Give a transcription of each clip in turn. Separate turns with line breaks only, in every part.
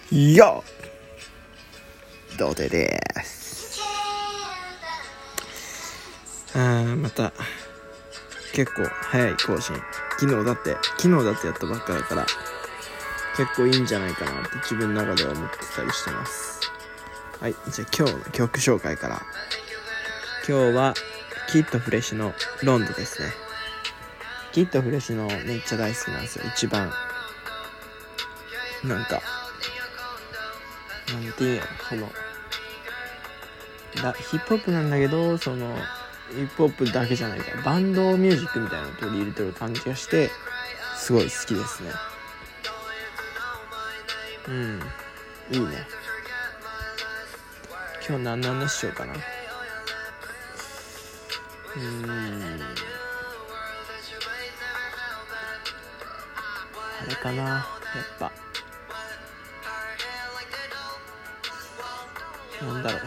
よっどうでです。また結構早い更新、昨日だってやったばっかだから結構いいんじゃないかなって自分の中では思ってたりしてます。はい、じゃあ今日の曲紹介から。今日はキッドフレッシュのロンドですね。キッドフレッシュのめっちゃ大好きなんですよ。一番なんかなんていうの、ヒップホップなんだけど、そのヒップホップだけじゃないからバンドミュージックみたいなのを取り入れてる感じがしてすごい好きですね。いいね。今日何の話しようかな。あれかな、やっぱなんだろう、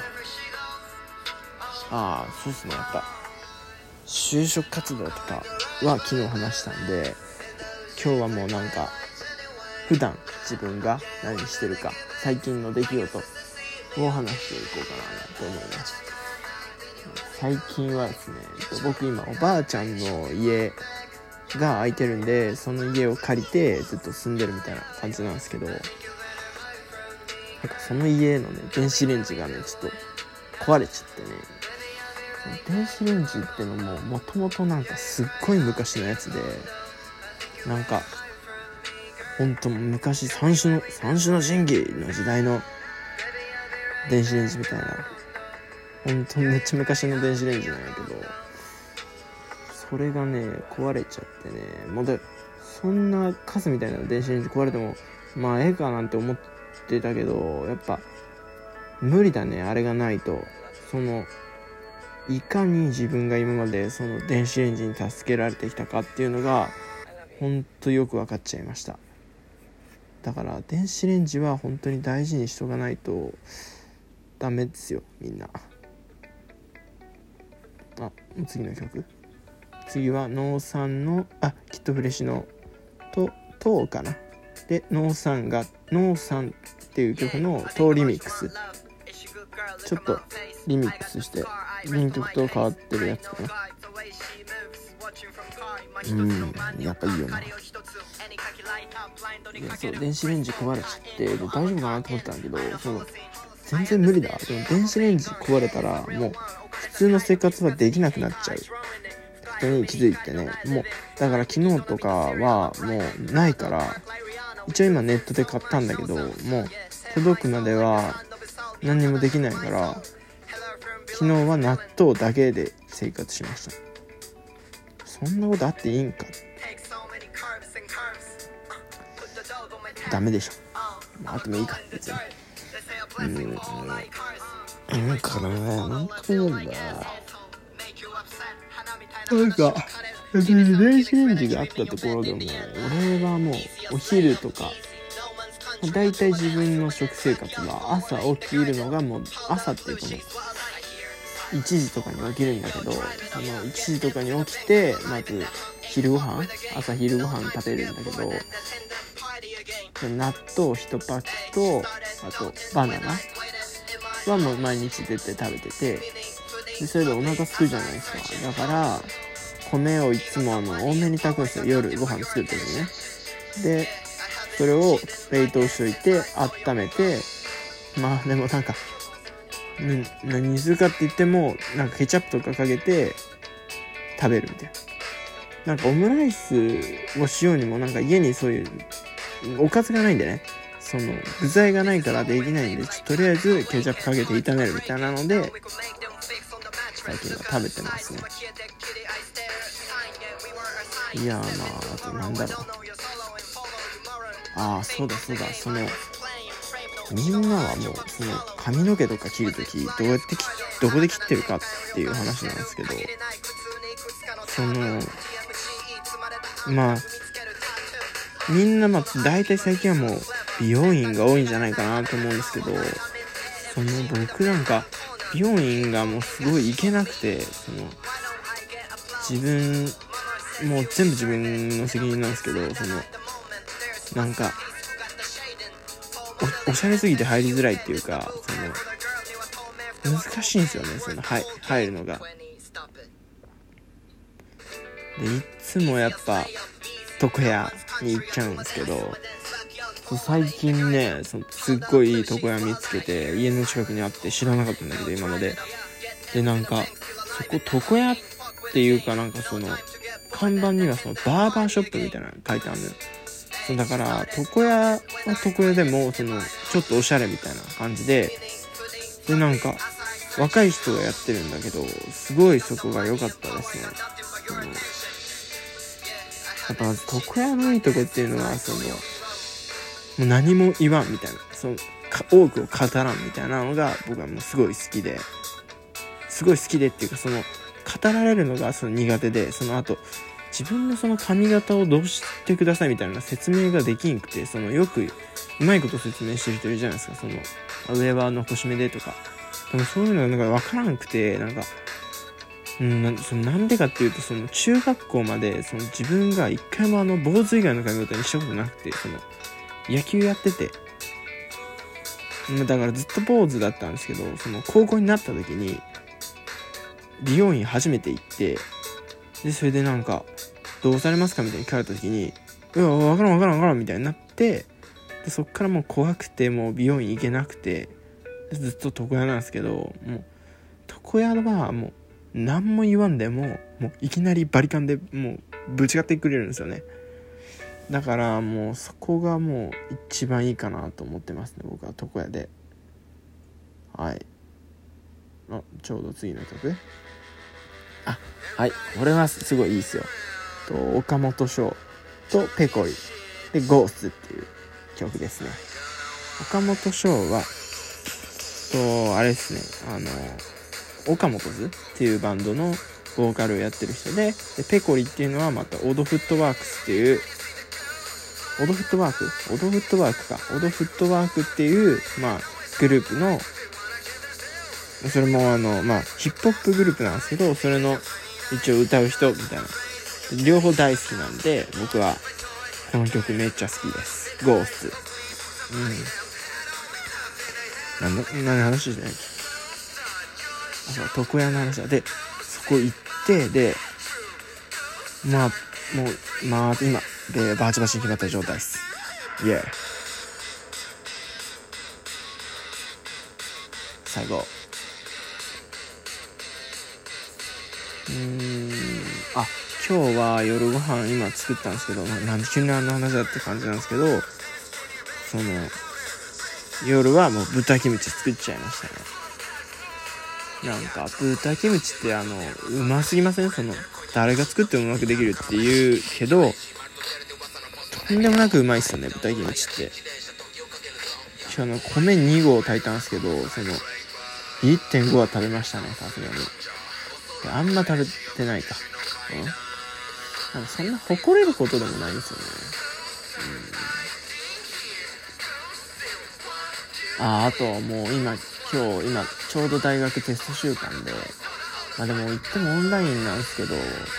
そうですね、やっぱ就職活動とかは昨日話したんで、今日はもうなんか普段自分が何してるか、最近の出来事を話していこうかなと思います。最近はですね、僕今おばあちゃんの家が空いてるんで、その家を借りてずっと住んでるみたいな感じなんですけど、なんかその家のね電子レンジがねちょっと壊れちゃってね。電子レンジってのももともとなんかすっごい昔のやつで、なんかほんと昔三種の神器の時代の電子レンジみたいな、ほんとめっちゃ昔の電子レンジなんやけど、それがね壊れちゃってね、もうでそんなカスみたいな電子レンジ壊れてもまあええかなんて思ってたけど、やっぱ無理だね、あれがないと。いかに自分が今までその電子レンジに助けられてきたかっていうのがほんとよく分かっちゃいました。だから電子レンジは本当に大事にしとかないとダメですよ、みんな。次の曲、次はノーさんのキッドフレッシュのトかなで、ノーさんっていう曲のトリミックス、ちょっとリミックスして原曲と変わってるやつかな。やっぱいいよな。そう、電子レンジ壊れちゃってで大丈夫かなと思ったんだけど、全然無理だ。でも電子レンジ壊れたらもう普通の生活はできなくなっちゃう人に気づいてね。もうだから昨日とかはもうないから、一応今ネットで買ったんだけど、もう届くまでは何にもできないから、昨日は納豆だけで生活しました。そんなことあっていいんか。ダメでしょ。あってもいいか別に。なんかなんか別に電子レンジがあったところでも、俺はもうお昼とかだいたい自分の食生活は朝起きるのがもう朝っていうかもう1時とかに起きるんだけど、その1時とかに起きてまず朝昼ご飯食べるんだけど、納豆1パックとあとバナナはもう毎日絶対食べてて、でそれでお腹すくじゃないですか。だから米をいつも多めに炊くんですよ、夜ご飯作る時にね。でそれを冷凍しといて温めて、でもなんか何するかって言ってもなんかケチャップとかかけて食べるみたいな。なんかオムライスをしようにもなんか家にそういうおかずがないんでね、その具材がないからできないんで、とりあえずケチャップかけて炒めるみたいなので最近は食べてますね。いやあとなんだろう、そうだみんなはもうその髪の毛とか切るときどこで切ってるかっていう話なんですけど、みんな大体最近はもう美容院が多いんじゃないかなと思うんですけど、僕なんか美容院がもうすごい行けなくて、もう全部自分の責任なんですけど、なんかおしゃれすぎて入りづらいっていうか、その難しいんですよね、その入るのが。でいつもやっぱ床屋に行っちゃうんですけど、最近ねすっごいいい床屋見つけて、家の近くにあって知らなかったんだけど今まで。でなんかそこ床屋っていうか、なんかその看板にはそのバーバーショップみたいなの書いてあるのよ。だから床屋は床屋でもそのちょっとおしゃれみたいな感じで、なんか若い人がやってるんだけど、すごいそこが良かったですね。やっぱ床屋のいいとこっていうのは、もう何も言わんみたいな、多くを語らんみたいなのが僕はもうすごい好きでっていうか、語られるのが苦手で、あと自分の髪型をどうしてくださいみたいな説明ができんくて、よくうまいこと説明してる人いるじゃないですか。上は残し目でとか、でもそういうのがなんか分からんくて、なんでかっていうと、中学校まで自分が一回も坊主以外の髪型にしたことなくて、野球やってて、だからずっと坊主だったんですけど、高校になった時に美容院初めて行って、でそれでなんかどうされますかみたいに聞かれた時に、わからんみたいになって、でそっからもう怖くて、もう美容院行けなくて、ずっと床屋なんですけど、もう床屋はもう何も言わんでもういきなりバリカンでもうぶちかってくれるんですよね。だからもうそこがもう一番いいかなと思ってますね、僕は床屋で。はい。ちょうど次の曲。はい、これはすごいいいですよ。岡本翔とペコリでゴースっていう曲ですね。岡本翔はあれですね、岡本図っていうバンドのボーカルをやってる人で、ペコリっていうのはまたオドフットワークっていうオドフットワークっていう、グループの、それもヒップホップグループなんですけど、それの一応歌う人みたいな、両方大好きなんで、僕はこの曲めっちゃ好きです。ゴースト。何の話じゃない。床屋の話だ。でそこ行って、でもう今でバチバチに決まった状態です。イエーイ。最後今日は夜ご飯今作ったんですけど、なんで急に話だって感じなんですけど、夜はもう豚キムチ作っちゃいましたね。なんか豚キムチってうますぎません？誰が作ってもうまくできるって言うけど、とんでもなくうまいっすよね、豚キムチって。今日米2合炊いたんですけど、1.5 は食べましたね、さすがに。あんま食べてないか。なんかそんな誇れることでもないんですよね。あともう今ちょうど大学テスト週間で、でも言ってもオンラインなんですけど、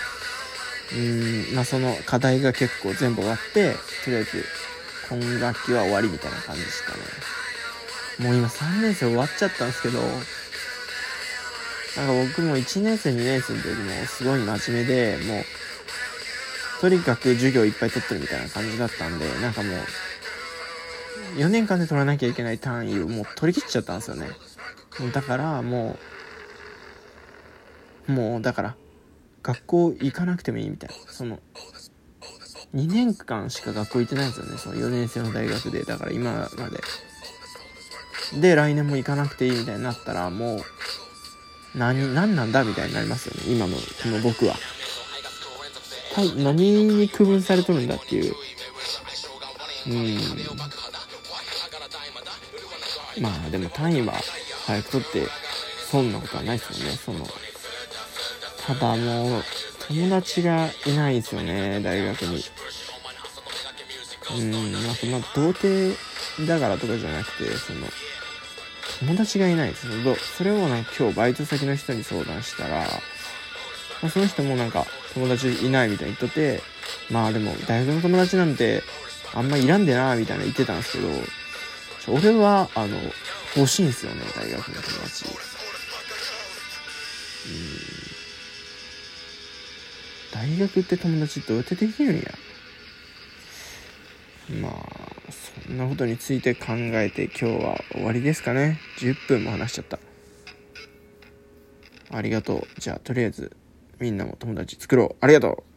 その課題が結構全部終わって、とりあえず今学期は終わりみたいな感じですかね。もう今3年生終わっちゃったんですけど、なんか僕も1年生2年生の時もすごい真面目で、もうとにかく授業いっぱい取ってるみたいな感じだったんで、なんかもう4年間で取らなきゃいけない単位をもう取り切っちゃったんですよね。だからもうだから学校行かなくてもいいみたいな、2年間しか学校行ってないんですよね、4年生の大学で。だから今まで来年も行かなくていいみたいになったら、もう何なんだみたいになりますよね、今のこの僕は。何に区分されとるんだっていう。でも単位は早く取って損なことはないですよね。ただもう友達がいないですよね、大学に。童貞だからとかじゃなくて、友達がいないです。それを今日バイト先の人に相談したら、その人もなんか友達いないみたいに言っとって、でも大学の友達なんてあんまいらんでなみたいな言ってたんですけど、 俺は欲しいんすよね、大学の友達。大学って友達どうやってできるんや。まあそんなことについて考えて今日は終わりですかね。10分も話しちゃった。ありがとう。じゃあとりあえずみんなも友達作ろう。ありがとう。